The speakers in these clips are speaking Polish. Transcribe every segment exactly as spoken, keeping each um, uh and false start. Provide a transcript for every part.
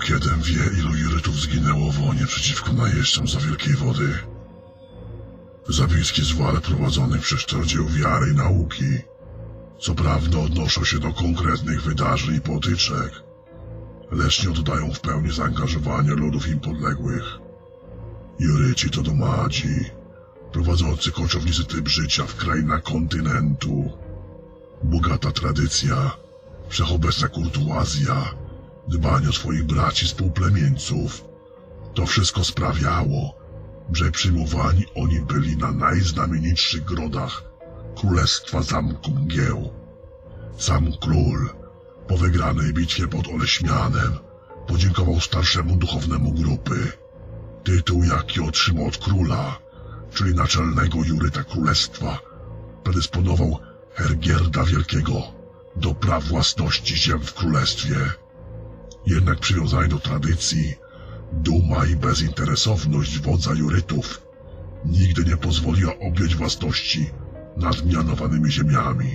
Bóg jeden wie, ilu jurytów zginęło w łonie przeciwko najeźdźcom za wielkiej wody. Zabijskie zwale prowadzonych przez czarodziejów wiary i nauki, co prawda odnoszą się do konkretnych wydarzeń i potyczek, lecz nie oddają w pełni zaangażowania ludów im podległych. Juryci to domadzi, prowadzący koczownicy typ życia w krainach kontynentu. Bogata tradycja, wszechobecna kurtuazja, dbanie o swoich braci współplemieńców. To wszystko sprawiało, że przyjmowani oni byli na najznamienitszych grodach Królestwa Zamku Mgieł. Sam król, po wygranej bitwie pod Oleśmianem, podziękował starszemu duchownemu grupy. Tytuł, jaki otrzymał od króla, czyli naczelnego juryta królestwa, predysponował Hergierda Wielkiego do praw własności ziem w królestwie. Jednak przywiązanie do tradycji, duma i bezinteresowność wodza jurytów nigdy nie pozwoliła objąć własności nad mianowanymi ziemiami.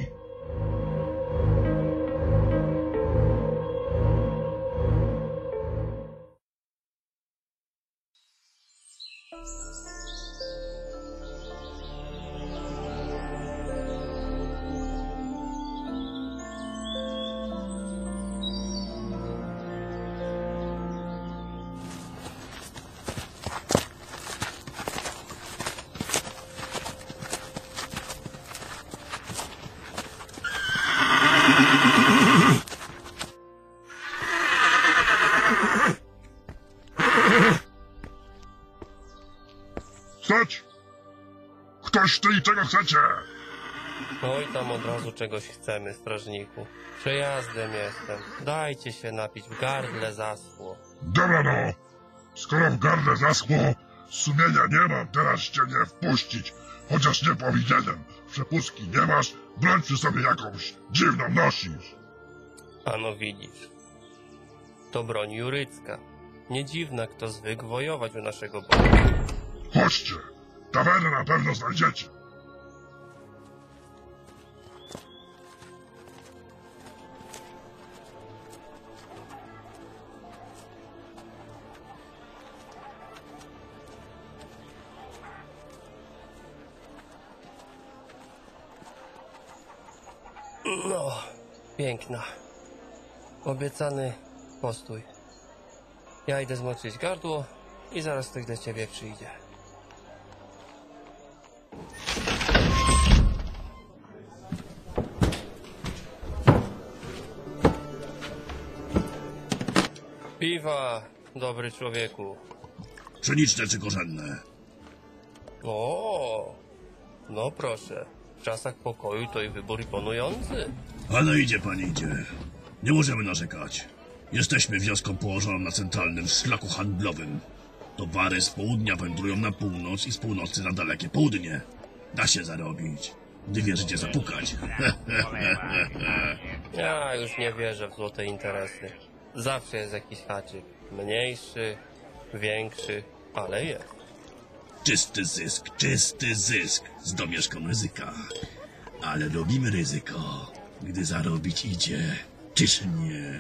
Stać! Ktoś ty i czego chcecie? Oj, tam od razu czegoś chcemy, strażniku. Przejazdem jestem. Dajcie się napić, w gardle zaschło. Dobra no! Skoro w gardle zaschło, sumienia nie mam teraz cię nie wpuścić. Chociaż nie powinienem. Przepustki nie masz, broń przy sobie jakąś dziwną nosisz. Ano widzisz. To broń jurycka. Nie dziwna, kto zwykł wojować u naszego Boga. Chodźcie, tawernę na pewno znajdziecie. No, piękna. Obiecany postój. Ja idę zmoczyć gardło i zaraz ktoś do ciebie przyjdzie. Piwa, dobry człowieku. Pszeniczne czy korzenne? O, no proszę. W czasach pokoju to i wybór imponujący. A no idzie pan, idzie. Nie możemy narzekać. Jesteśmy wioską położoną na centralnym szlaku handlowym. Towary z południa wędrują na północ i z północy na dalekie południe. Da się zarobić, gdy wierzycie zapukać. Ja już nie wierzę w złote interesy. Zawsze jest jakiś haczyk. Mniejszy, większy, ale jest. Czysty zysk, czysty zysk z domieszką ryzyka. Ale robimy ryzyko, gdy zarobić idzie. Czyż nie?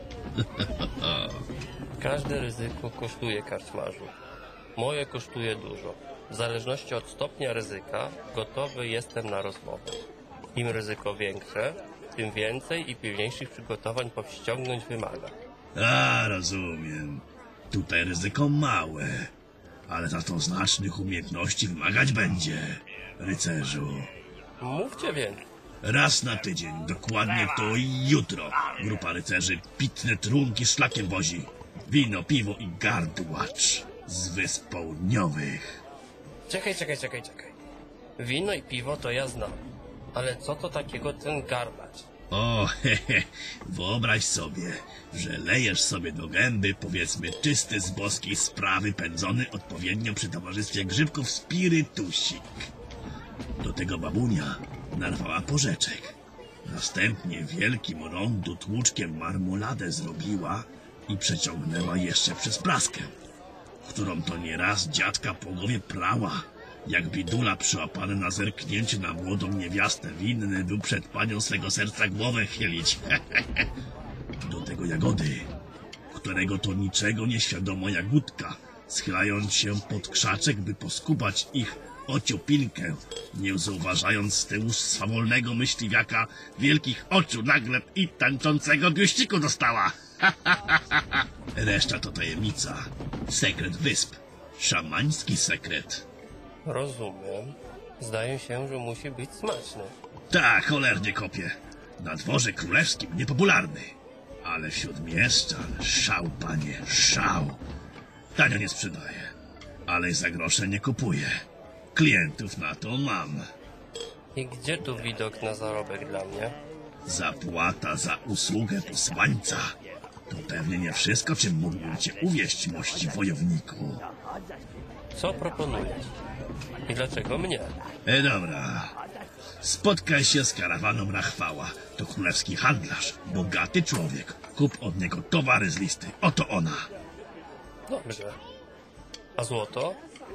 Każde ryzyko kosztuje, karczmarzu. Moje kosztuje dużo. W zależności od stopnia ryzyka gotowy jestem na rozmowę. Im ryzyko większe, tym więcej i pilniejszych przygotowań powściągnąć wymaga. A, rozumiem. Tutaj ryzyko małe, ale za to znacznych umiejętności wymagać będzie, rycerzu. Mówcie więc. Raz na tydzień, dokładnie to i jutro, grupa rycerzy pitne trunki szlakiem wozi. Wino, piwo i gardłacz z wysp południowych. Czekaj, czekaj, czekaj, czekaj. Wino i piwo to ja znam. Ale co to takiego ten gardłacz? O, hehe, wyobraź sobie, że lejesz sobie do gęby, powiedzmy, czysty z boskiej sprawy, pędzony odpowiednio przy towarzystwie grzybków spirytusik. Do tego babunia narwała porzeczek. Następnie wielkim rondu tłuczkiem marmoladę zrobiła i przeciągnęła jeszcze przez praskę, którą to nieraz dziadka po głowie prała, jak bidula przyłapany na zerknięcie na młodą niewiastę winny był przed panią swego serca głowę chylić. Do tego jagody, którego to niczego nie świadomo jagódka, schylając się pod krzaczek, by poskubać ich ociopinkę, nie zauważając z tyłu swawolnego myśliwiaka wielkich oczu nagle i tańczącego biuściku dostała. Reszta to tajemnica. Sekret wysp. Szamański sekret. Rozumiem. Zdaje się, że musi być smaczny. Tak, cholernie kopie. Na dworze królewskim niepopularny. Ale wśród mieszczan szał, panie, szał. Tanio nie sprzedaje, ale za grosze nie kupuje. Klientów na to mam. I gdzie tu widok na zarobek dla mnie? Zapłata za usługę posłańca. To pewnie nie wszystko, czym mógłbym cię uwieść, mości wojowniku. Co proponujesz? I dlaczego mnie? E, dobra. Spotkaj się z karawaną Rachwała. To królewski handlarz, bogaty człowiek. Kup od niego towary z listy. Oto ona. Dobrze. A złoto?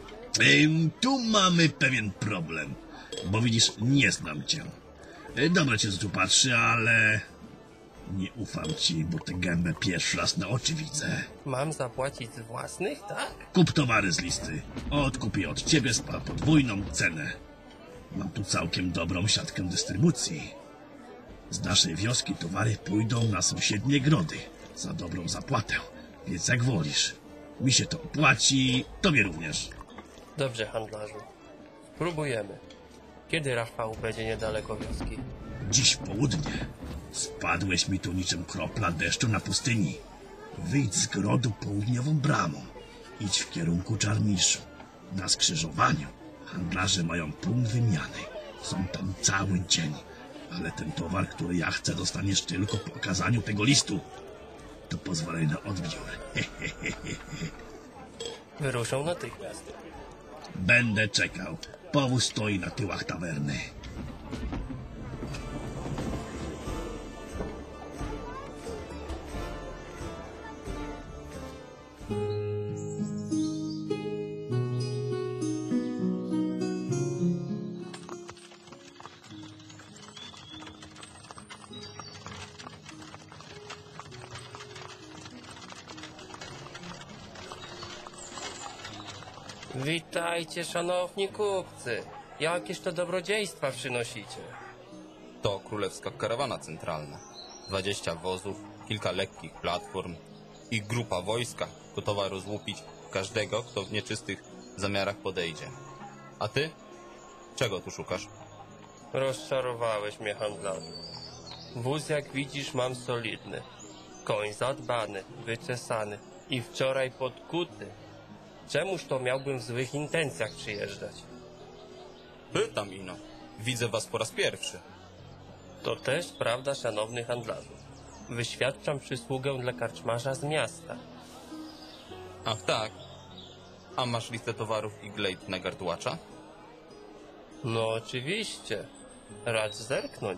Ym, tu mamy pewien problem, bo widzisz, nie znam cię. Y, Dobrze cię tu patrzy, ale nie ufam ci, bo tę gębę pierwszy raz na oczy widzę. Mam zapłacić z własnych, tak? Kup towary z listy. Odkupię od ciebie za podwójną cenę. Mam tu całkiem dobrą siatkę dystrybucji. Z naszej wioski towary pójdą na sąsiednie grody za dobrą zapłatę, więc jak wolisz. Mi się to opłaci, tobie również. Dobrze, handlarzu. Spróbujemy. Kiedy Rachwał będzie niedaleko wioski? Dziś południe. Spadłeś mi tu niczym kropla deszczu na pustyni. Wyjdź z grodu południową bramą. Idź w kierunku Czarniszu. Na skrzyżowaniu handlarze mają punkt wymiany. Są tam cały dzień. Ale ten towar, który ja chcę, dostaniesz tylko po okazaniu tego listu. To pozwolę na odbiór. Wyruszą natychmiast. Będę czekał. Powóz stoi na tyłach tawerny. Witajcie, szanowni kupcy. Jakież to dobrodziejstwa przynosicie? To królewska karawana centralna. Dwadzieścia wozów, kilka lekkich platform i grupa wojska gotowa rozłupić każdego, kto w nieczystych zamiarach podejdzie. A ty? Czego tu szukasz? Rozczarowałeś mnie, handlarzu. Wóz, jak widzisz, mam solidny. Koń zadbany, wyczesany i wczoraj podkuty. Czemuż to miałbym w złych intencjach przyjeżdżać? Pytam ino. Widzę was po raz pierwszy. To też prawda, szanowny handlarzu. Wyświadczam przysługę dla karczmarza z miasta. Ach tak. A masz listę towarów i glejt na gardłacza? No oczywiście. Racz zerknąć.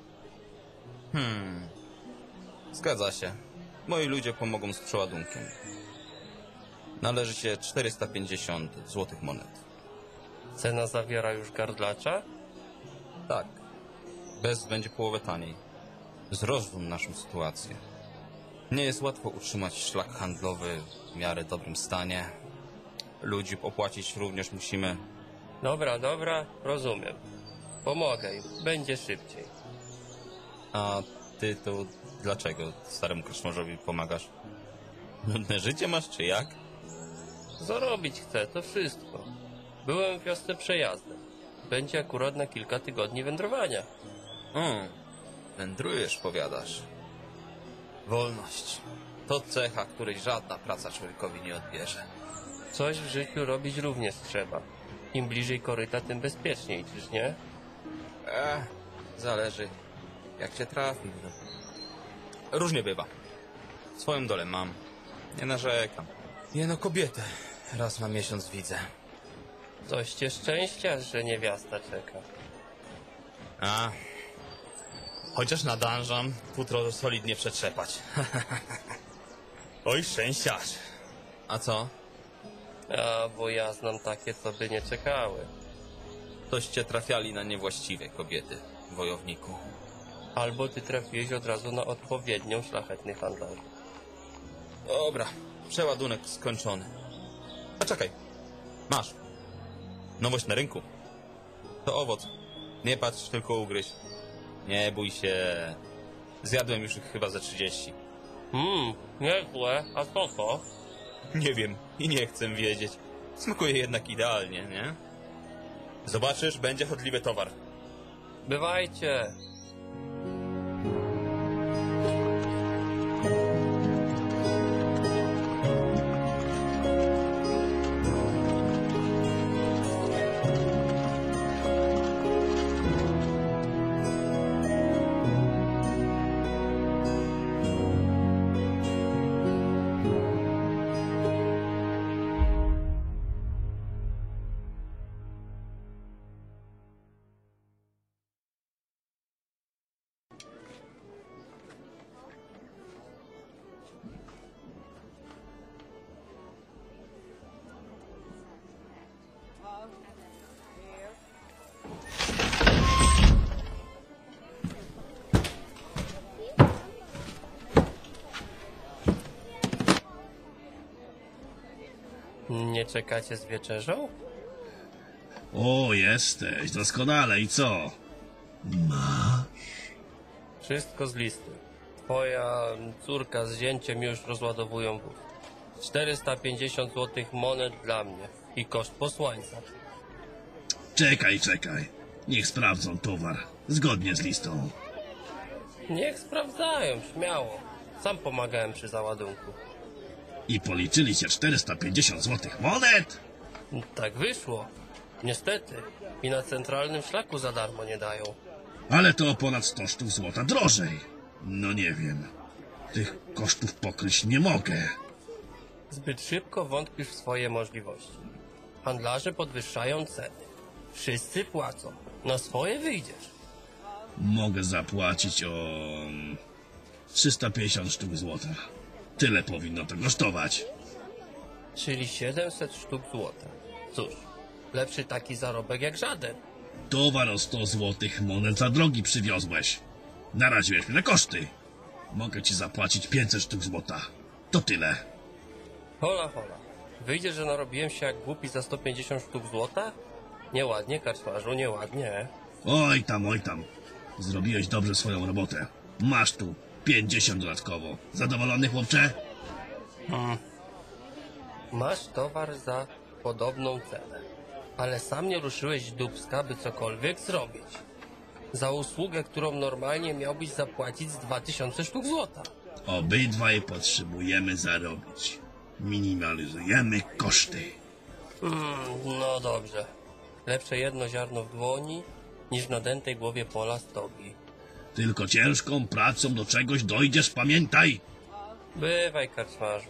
Hmm. Zgadza się. Moi ludzie pomogą z przeładunkiem. Należy się czterysta pięćdziesiąt złotych monet. Cena zawiera już gardlacza? Tak. Bez będzie połowę taniej. Zrozum naszą sytuację. Nie jest łatwo utrzymać szlak handlowy w miarę dobrym stanie. Ludzi opłacić również musimy. Dobra, dobra, rozumiem. Pomogę im, będzie szybciej. A ty to dlaczego staremu karczmarzowi pomagasz? Nudne życie masz, czy jak? Zarobić chcę, to wszystko. Byłem w wiosce przejazdem. Będzie akurat na kilka tygodni wędrowania. O, wędrujesz, powiadasz. Wolność. To cecha, której żadna praca człowiekowi nie odbierze. Coś w życiu robić również trzeba. Im bliżej koryta, tym bezpieczniej, czyż nie? Ech, zależy, jak cię trafi. Różnie bywa. Swoją dolę mam. Nie narzekam. Jeno kobietę raz na miesiąc widzę. Coś cię szczęścia, że niewiasta czeka. A, chociaż nadążam futro solidnie przetrzepać. Oj, szczęściarz. A co? A, bo ja znam takie, co by nie czekały. Toście trafiali na niewłaściwe kobiety, wojowniku. Albo ty trafiłeś od razu na odpowiednią, szlachetny handlarzu. Dobra, przeładunek skończony. A czekaj, masz. Nowość na rynku. To owoc. Nie patrz, tylko ugryź. Nie bój się. Zjadłem już ich chyba ze trzydzieści. Mmm, niezłe. A co to? Nie wiem i nie chcę wiedzieć. Smakuje jednak idealnie, nie? Zobaczysz, będzie chodliwy towar. Bywajcie. Nie czekacie z wieczerzą? O, jesteś, doskonale. I co? Wszystko z listy. Twoja córka z zięciem już rozładowują wóz. czterysta pięćdziesiąt złotych monet dla mnie i koszt posłańca. Czekaj, czekaj. Niech sprawdzą towar. Zgodnie z listą. Niech sprawdzają, śmiało. Sam pomagałem przy załadunku. I policzyli się czterysta pięćdziesiąt złotych monet? Tak wyszło. Niestety. I na centralnym szlaku za darmo nie dają. Ale to o ponad sto sztuk złota drożej. No nie wiem. Tych kosztów pokryć nie mogę. Zbyt szybko wątpisz w swoje możliwości. Handlarze podwyższają ceny. Wszyscy płacą. Na swoje wyjdziesz. Mogę zapłacić o... trzysta pięćdziesiąt sztuk złota. Tyle powinno to kosztować. Czyli siedemset sztuk złota. Cóż, lepszy taki zarobek jak żaden. Towar o sto złotych monet za drogi przywiozłeś. Naraziłeś mnie na koszty. Mogę ci zapłacić pięćset sztuk złota. To tyle. Hola, hola. Wyjdzie, że narobiłem się jak głupi za sto pięćdziesiąt sztuk złota? Nieładnie, karczmarzu, nieładnie. Oj tam, oj tam. Zrobiłeś dobrze swoją robotę. Masz tu pięćdziesiąt dodatkowo. Zadowolony, chłopcze? Masz towar za podobną cenę. Ale sam nie ruszyłeś z dubska, by cokolwiek zrobić. Za usługę, którą normalnie miałbyś zapłacić z dwa tysiące sztuk złota. Obydwaj potrzebujemy zarobić. Minimalizujemy koszty. Mm, no dobrze. Lepsze jedno ziarno w dłoni, niż na dętej głowie pola stogi. Tylko ciężką pracą do czegoś dojdziesz, pamiętaj. Bywaj, karczmarzu.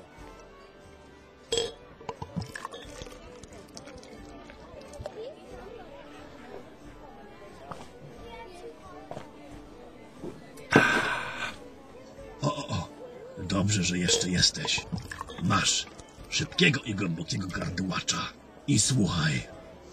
O, o, o. Dobrze, że jeszcze jesteś. Masz szybkiego i głębokiego gardłacza. I słuchaj.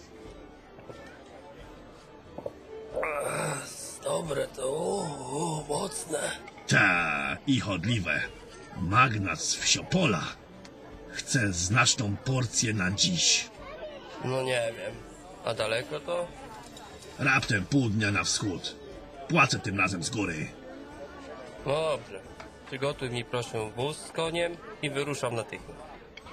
Dobre to, uu, mocne. Ta, i chodliwe. Magnat z Wsiopola chce znaczną porcję na dziś. No nie wiem. A daleko to? Raptem pół dnia na wschód. Płacę tym razem z góry. No dobrze. Przygotuj mi proszę wóz z koniem i wyruszam natychmiast.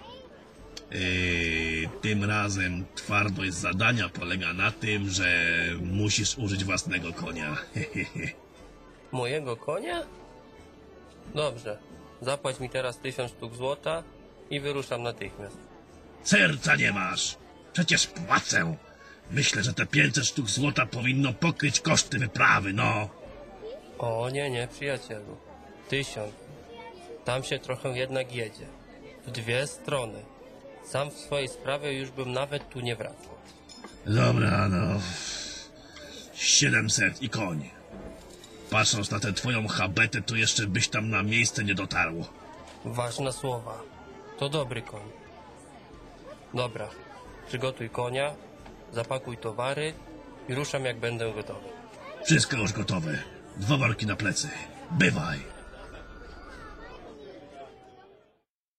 Yy, tym razem twardość zadania polega na tym, że musisz użyć własnego konia. Mojego konia? Dobrze. Zapłać mi teraz tysiąc sztuk złota i wyruszam natychmiast. Serca nie masz. Przecież płacę. Myślę, że te pięćset sztuk złota powinno pokryć koszty wyprawy, no. O nie, nie, przyjacielu. Tysiąc. Tam się trochę jednak jedzie. W dwie strony. Sam w swojej sprawie już bym nawet tu nie wracał. Dobra, no. Siedemset i koń. Patrząc na tę twoją habetę, to jeszcze byś tam na miejsce nie dotarło. Ważne słowa. To dobry koń. Dobra. Przygotuj konia, zapakuj towary i ruszam jak będę gotowy. Wszystko już gotowe. Dwa worki na plecy. Bywaj.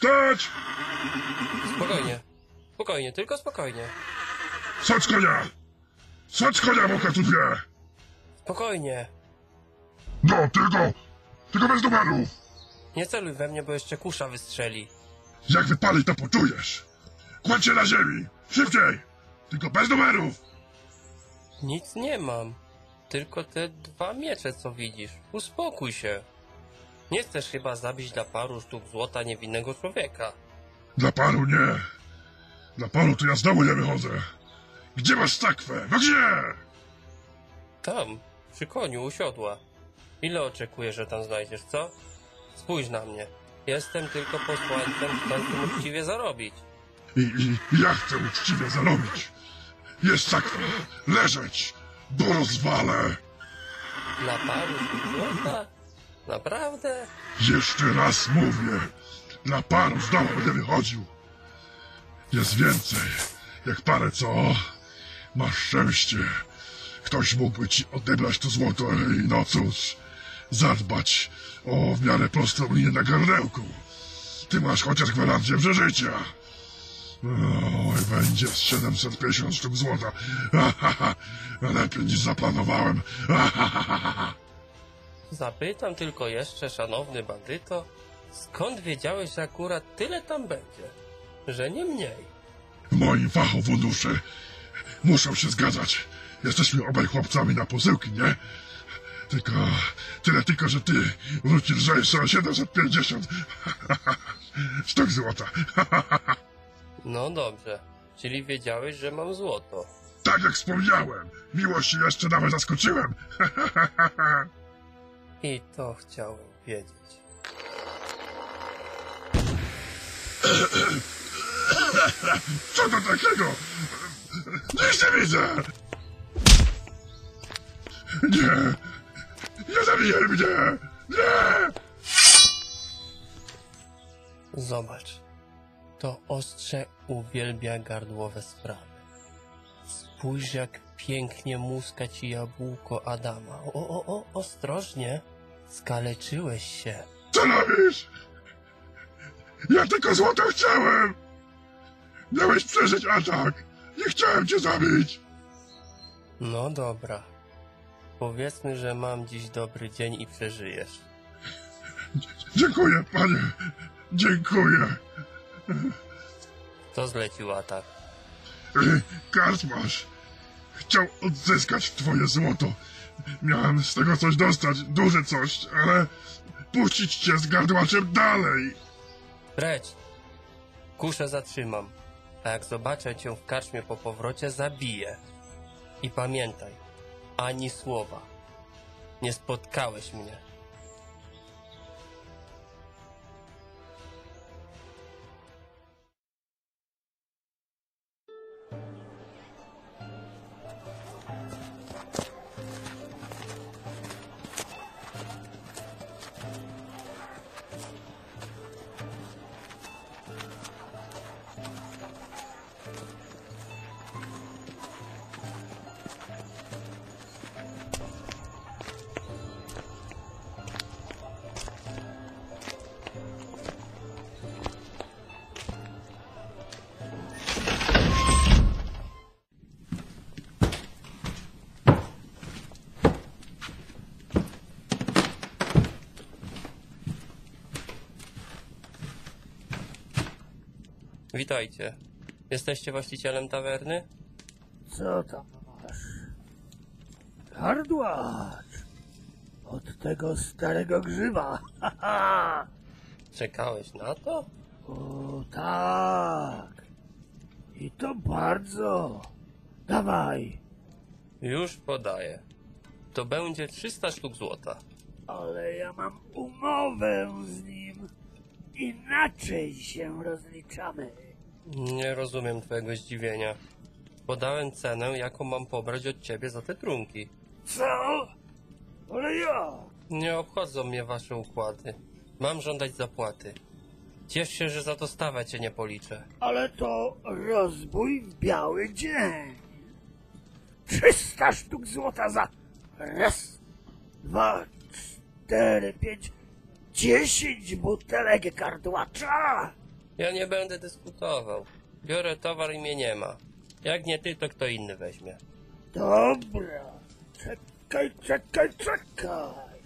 Stać! Spokojnie. Spokojnie, tylko spokojnie. Sacz konia! Sacz konia, moka tu dwie! Spokojnie. No, tylko... Tylko bez numerów! Nie celuj we mnie, bo jeszcze kusza wystrzeli. Jak wypali, to poczujesz! Kładź się na ziemi! Szybciej! Tylko bez numerów! Nic nie mam. Tylko te dwa miecze, co widzisz. Uspokój się. Nie chcesz chyba zabić dla paru sztuk złota niewinnego człowieka. Dla paru nie. Dla paru to ja z domu nie wychodzę. Gdzie masz sakwę? No gdzie? Tam, przy koniu u siodła. Ile oczekujesz, że tam znajdziesz, co? Spójrz na mnie. Jestem tylko posłańcem, chcącym uczciwie zarobić. I, i ja chcę uczciwie zarobić. Jest sakwa. Leżeć, bo rozwalę. Dla paru sztuk złota? Naprawdę? Jeszcze raz mówię. Dla paru z domu będę wychodził. Jest więcej. Jak parę co? Masz szczęście. Ktoś mógłby ci odebrać to złoto i no cóż, zadbać o w miarę prostą linię na gardełku. Ty masz chociaż gwarancję przeżycia. Oj, będzie z siedemset pięćdziesiąt sztuk złota. Ha, ha, ha. Lepiej niż zaplanowałem. Ha, ha, ha, ha. Zapytam tylko jeszcze, szanowny bandyto, skąd wiedziałeś, że akurat tyle tam będzie? Że nie mniej. W moim fachofundusze muszą się zgadzać. Jesteśmy obaj chłopcami na posyłki, nie? Tylko, tyle tylko, że ty wrócisz lżejszy o siedemset pięćdziesiąt sztuk złota. No dobrze, czyli wiedziałeś, że mam złoto. Tak jak wspomniałem, miłość się jeszcze nawet zaskoczyłem. I to chciałem wiedzieć. Co to takiego? Nic nie widzę! Nie! Nie zabijaj mnie! Nie! Zobacz, to ostrze uwielbia gardłowe sprawy. Spójrz, jak pięknie muska ci jabłko Adama. O, o, o, ostrożnie, skaleczyłeś się. Co robisz? Ja tylko złoto chciałem! Miałeś przeżyć atak! Nie chciałem cię zabić! No dobra, powiedzmy, że mam dziś dobry dzień i przeżyjesz. Dziękuję, panie! Dziękuję! Kto zlecił atak? Y, Karczmarz chciał odzyskać twoje złoto. Miałem z tego coś dostać, duże coś, ale puścić cię z gardłaczem dalej. Precz! Kuszę zatrzymam, a jak zobaczę cię w karczmie po powrocie, zabiję. I pamiętaj, ani słowa. Nie spotkałeś mnie. Witajcie. Jesteście właścicielem tawerny? Co tam masz? Gardłacz! Od tego starego grzywa! Ha, ha. Czekałeś na to? O tak! I to bardzo! Dawaj! Już podaję. To będzie trzysta sztuk złota. Ale ja mam umowę z nim. Inaczej się rozliczamy. Nie rozumiem twojego zdziwienia. Podałem cenę, jaką mam pobrać od ciebie za te trunki. Co? Ale ja! Nie obchodzą mnie wasze układy. Mam żądać zapłaty. Ciesz się, że za to stawę cię nie policzę. Ale to rozbój w biały dzień. Trzysta sztuk złota za raz, dwa, cztery, pięć, dziesięć butelek gardłacza. Ja nie będę dyskutował. Biorę towar i mnie nie ma. Jak nie ty, to kto inny weźmie. Dobra, czekaj, czekaj, czekaj.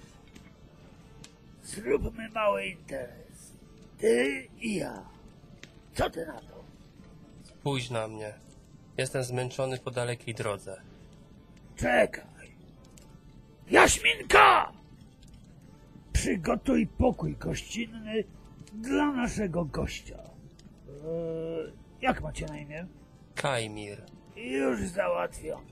Zróbmy mały interes. Ty i ja. Co ty na to? Spójrz na mnie. Jestem zmęczony po dalekiej drodze. Czekaj. Jaśminka! Przygotuj pokój gościnny dla naszego gościa. Eee, jak macie na imię? Kajmir. Już załatwione.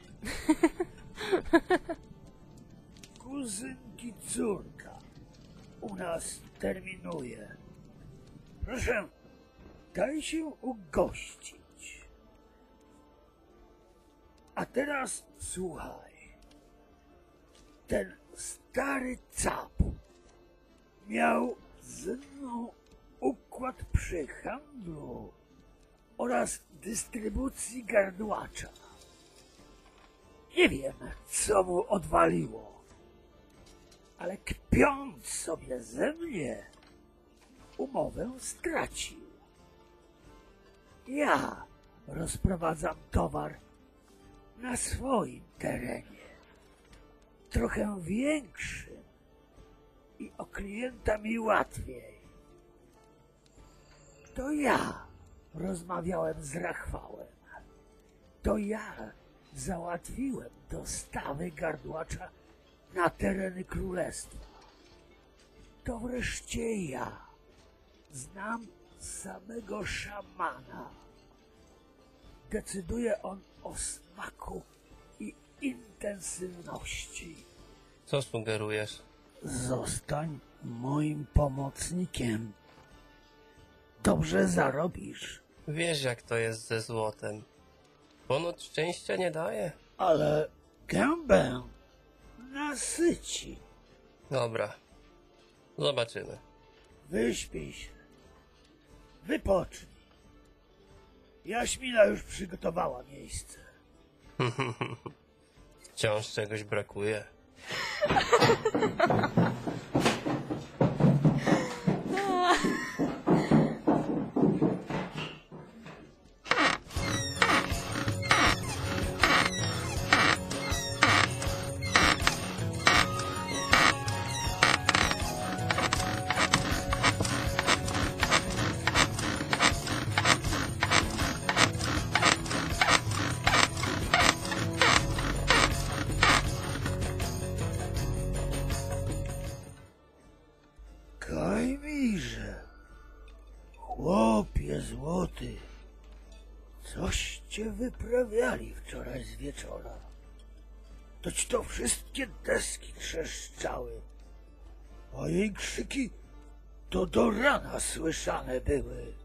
Kuzynki córka u nas terminuje. Proszę, daj się ugościć. A teraz słuchaj. Ten stary cap miał ze mną układ przy handlu oraz dystrybucji gardłacza. Nie wiem, co mu odwaliło, ale kpiąc sobie ze mnie, umowę stracił. Ja rozprowadzam towar na swoim terenie, trochę większym i o klienta mi łatwiej. To ja rozmawiałem z Rachwałem. To ja załatwiłem dostawy gardłacza na tereny królestwa. To wreszcie ja znam samego szamana. Decyduje on o smaku i intensywności. Co sugerujesz? Zostań moim pomocnikiem. Dobrze zarobisz. Wiesz, jak to jest ze złotem. Ponoć szczęścia nie daje. Ale gębę nasyci. Dobra. Zobaczymy. Wyśpij się. Wypocznij. Jaśmina już przygotowała miejsce. Wciąż czegoś brakuje. Kajmirze, chłopie złoty, coście wyprawiali wczoraj z wieczora. Toć to wszystkie deski trzeszczały, a jej krzyki to do rana słyszane były.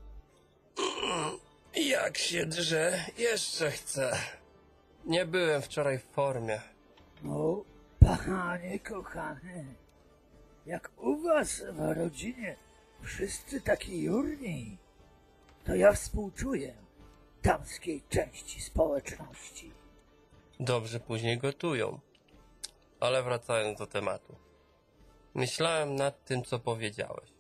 Jak się drze, jeszcze chcę. Nie byłem wczoraj w formie. No, panie kochany, jak u was w rodzinie wszyscy taki jurni, to ja współczuję damskiej części społeczności. Dobrze później gotują. Ale wracając do tematu. Myślałem nad tym, co powiedziałeś.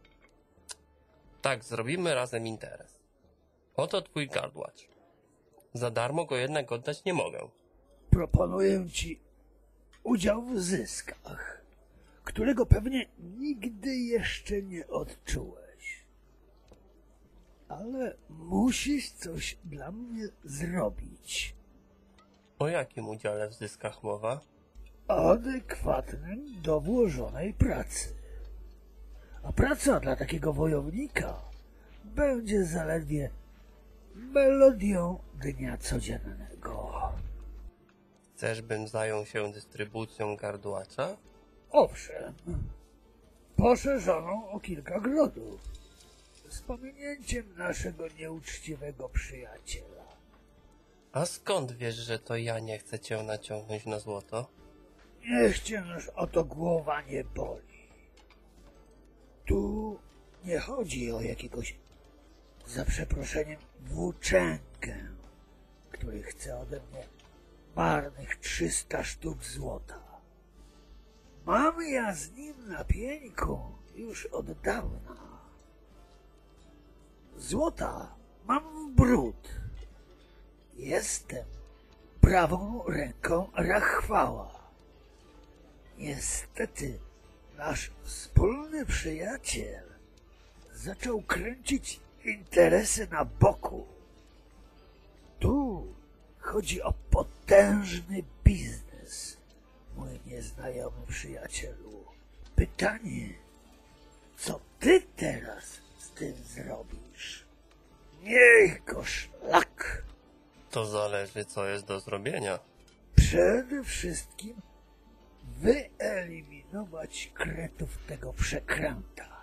Tak, zrobimy razem interes. Oto twój gardłacz. Za darmo go jednak oddać nie mogę. Proponuję ci udział w zyskach, którego pewnie nigdy jeszcze nie odczułeś. Ale musisz coś dla mnie zrobić. O jakim udziale w zyskach mowa? Adekwatnym do włożonej pracy. A praca dla takiego wojownika będzie zaledwie melodią dnia codziennego. Chcesz, bym zajął się dystrybucją gardłacza? Owszem, poszerzoną o kilka grodów, z pominięciem naszego nieuczciwego przyjaciela. A skąd wiesz, że to ja nie chcę cię naciągnąć na złoto? Niech cię już o to głowa nie boli. Tu nie chodzi o jakiegoś, za przeproszeniem, włóczęgę, który chce ode mnie marnych trzysta sztuk złota. Mam ja z nim na pieńku już od dawna. Złota mam w bród. Jestem prawą ręką Rachwała. Niestety nasz wspólny przyjaciel zaczął kręcić interesy na boku. Tu chodzi o potężny biznes, mój nieznajomy przyjacielu. Pytanie, co ty teraz z tym zrobisz? Niech go szlak! To zależy, co jest do zrobienia. Przede wszystkim wyeliminować kretów tego przekręta.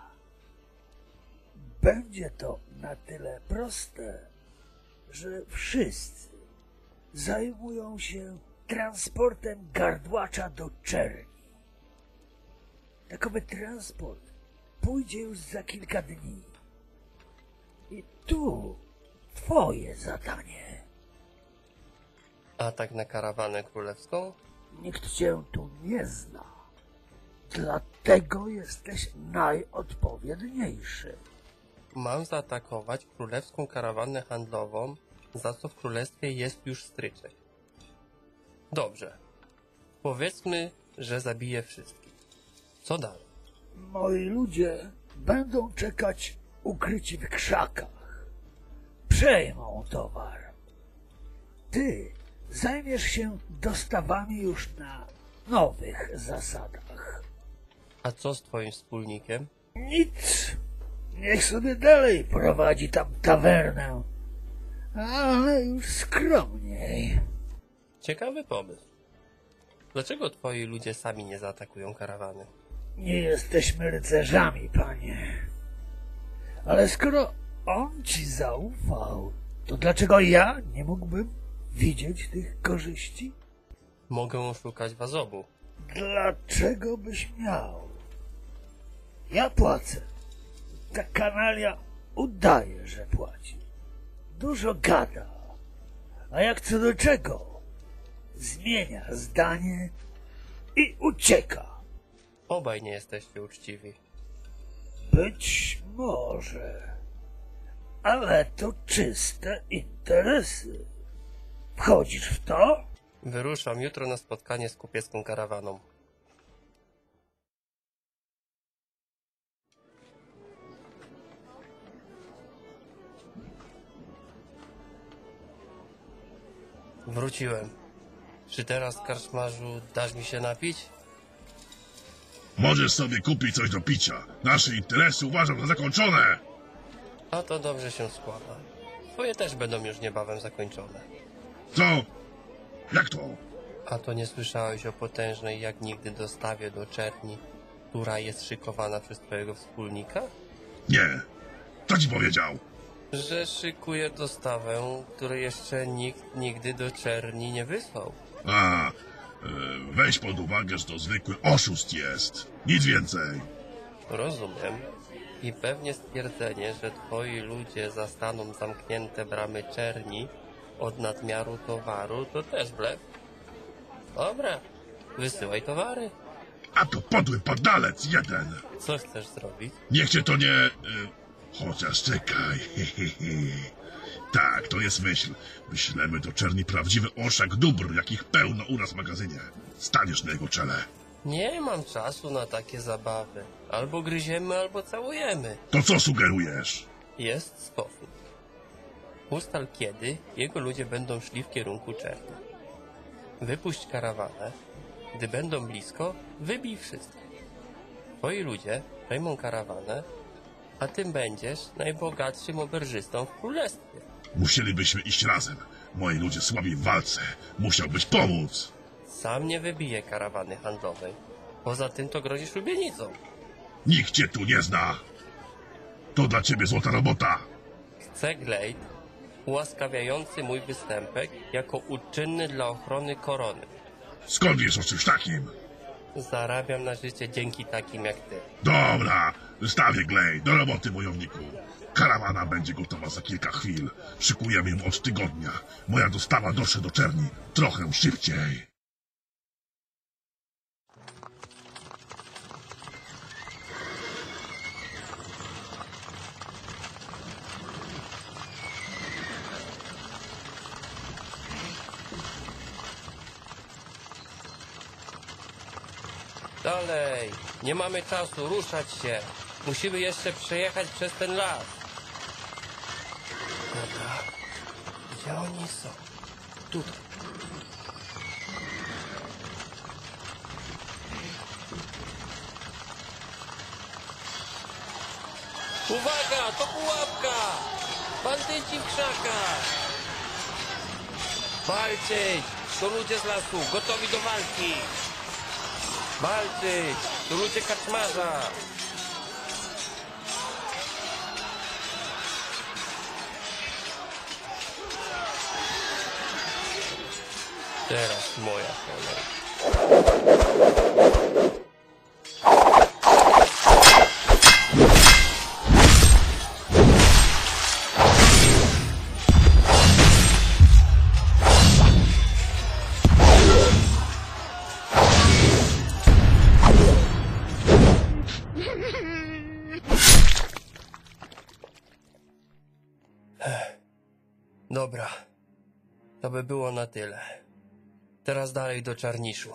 Będzie to na tyle proste, że wszyscy zajmują się transportem gardłacza do Czerni. Takowy transport pójdzie już za kilka dni. I tu twoje zadanie. Atak na karawanę królewską? Nikt cię tu nie zna. Dlatego jesteś najodpowiedniejszy. Mam zaatakować królewską karawanę handlową, za co w królestwie jest już stryczek. Dobrze. Powiedzmy, że zabiję wszystkich. Co dalej? Moi ludzie będą czekać ukryci w krzakach. Przejmą towar. Ty zajmiesz się dostawami już na nowych zasadach. A co z twoim wspólnikiem? Nic. Niech sobie dalej prowadzi tam tawernę. Ale już skromniej. Ciekawy pomysł. Dlaczego twoi ludzie sami nie zaatakują karawany? Nie jesteśmy rycerzami, panie. Ale skoro on ci zaufał, to dlaczego ja nie mógłbym widzieć tych korzyści? Mogę oszukać was obu. Dlaczego byś miał? Ja płacę. Ta kanalia udaje, że płaci. Dużo gada. A jak co do czego? Zmienia zdanie i ucieka. Obaj nie jesteście uczciwi. Być może. Ale to czyste interesy. Wchodzisz w to? Wyruszam jutro na spotkanie z kupiecką karawaną. Wróciłem. Czy teraz, karczmarzu, dasz mi się napić? Możesz sobie kupić coś do picia. Nasze interesy uważam za zakończone. A to dobrze się składa. Twoje też będą już niebawem zakończone. Co? Jak to? A to nie słyszałeś o potężnej jak nigdy dostawie do Czerni, która jest szykowana przez twojego wspólnika? Nie. Kto ci powiedział? Że szykuje dostawę, której jeszcze nikt nigdy do Czerni nie wysłał. A, e, weź pod uwagę, że to zwykły oszust jest. Nic więcej. Rozumiem. I pewnie stwierdzenie, że twoi ludzie zastaną zamknięte bramy Czerni od nadmiaru towaru, to też blef. Dobra, wysyłaj towary. A to podły padalec jeden. Co chcesz zrobić? Niech cię to nie... E, chociaż czekaj. Tak, to jest myśl. Wyślemy do Czerni prawdziwy orszak dóbr, jakich pełno u nas w magazynie. Staniesz na jego czele. Nie mam czasu na takie zabawy. Albo gryziemy, albo całujemy. To co sugerujesz? Jest sposób. Ustal kiedy jego ludzie będą szli w kierunku Czerni. Wypuść karawanę. Gdy będą blisko, wybij wszystkich. Twoi ludzie przejmą karawanę, a ty będziesz najbogatszym oberżystą w królestwie. Musielibyśmy iść razem. Moi ludzie słabi w walce. Musiałbyś pomóc. Sam nie wybiję karawany handlowej. Poza tym to grozi szubienicą. Nikt cię tu nie zna. To dla ciebie złota robota. Chcę glejt ułaskawiający mój występek jako uczynny dla ochrony korony. Skąd wiesz o czymś takim? Zarabiam na życie dzięki takim jak ty. Dobra, wystawię glej. Do roboty, wojowniku. Karawana będzie gotowa za kilka chwil. Szykujemy ją od tygodnia. Moja dostawa dotrze do Czerni trochę szybciej. Dalej! Nie mamy czasu, ruszać się! Musimy jeszcze przejechać przez ten las. Dobra. Gdzie oni są? Tutaj. Uwaga! To pułapka! Bandyci w krzakach! Walczyć! To ludzie z lasu, gotowi do walki! Walczyć! To ludzie karczmarza! Teraz moja kolej. Dobra, to by było na tyle. Teraz dalej do Czarniszu.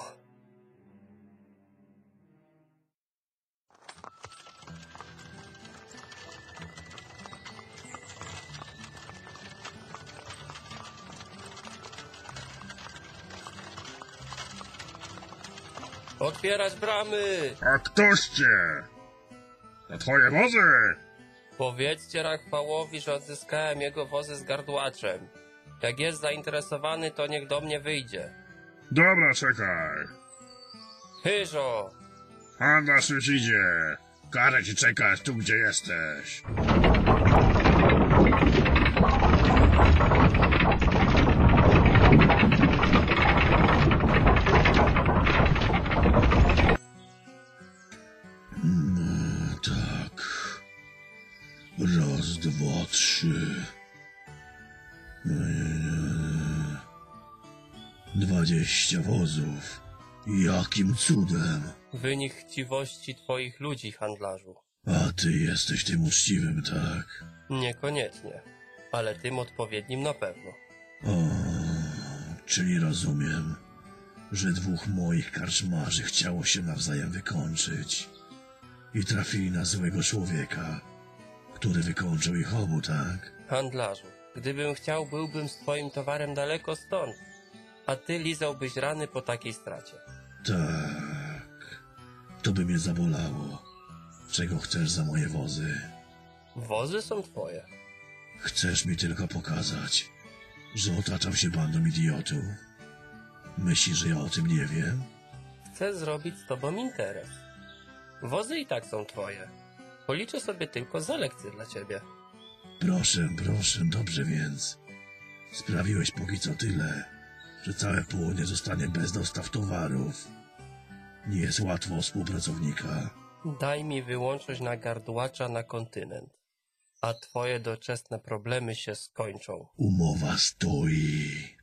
Otwierać bramy! A ktoście? To twoje wozy? Powiedzcie Rachwałowi, że odzyskałem jego wozy z gardłaczem. Jak jest zainteresowany, to niech do mnie wyjdzie. Dobra, czekaj. Hyżo! Handlarz już idzie. Każe ci czekać tu, gdzie jesteś. No tak. Raz, dwa, trzy. Eee, Dwadzieścia wozów. Jakim cudem? Wynik chciwości twoich ludzi, handlarzu. A ty jesteś tym uczciwym, tak? Niekoniecznie, ale tym odpowiednim na pewno. O, czyli rozumiem, że dwóch moich karczmarzy chciało się nawzajem wykończyć i trafili na złego człowieka, który wykończył ich obu, tak? Handlarzu, gdybym chciał, byłbym z twoim towarem daleko stąd, a ty lizałbyś rany po takiej stracie. Tak, to by mnie zabolało. Czego chcesz za moje wozy? Wozy są twoje. Chcesz mi tylko pokazać, że otaczam się bandą idiotów? Myślisz, że ja o tym nie wiem? Chcę zrobić z tobą interes. Wozy i tak są twoje. Policzę sobie tylko za lekcję dla ciebie. Proszę, proszę, dobrze więc. Sprawiłeś póki co tyle, że całe południe zostanie bez dostaw towarów. Nie jest łatwo o współpracownika. Daj mi wyłączność na gardłacza na kontynent, a twoje doczesne problemy się skończą. Umowa stoi.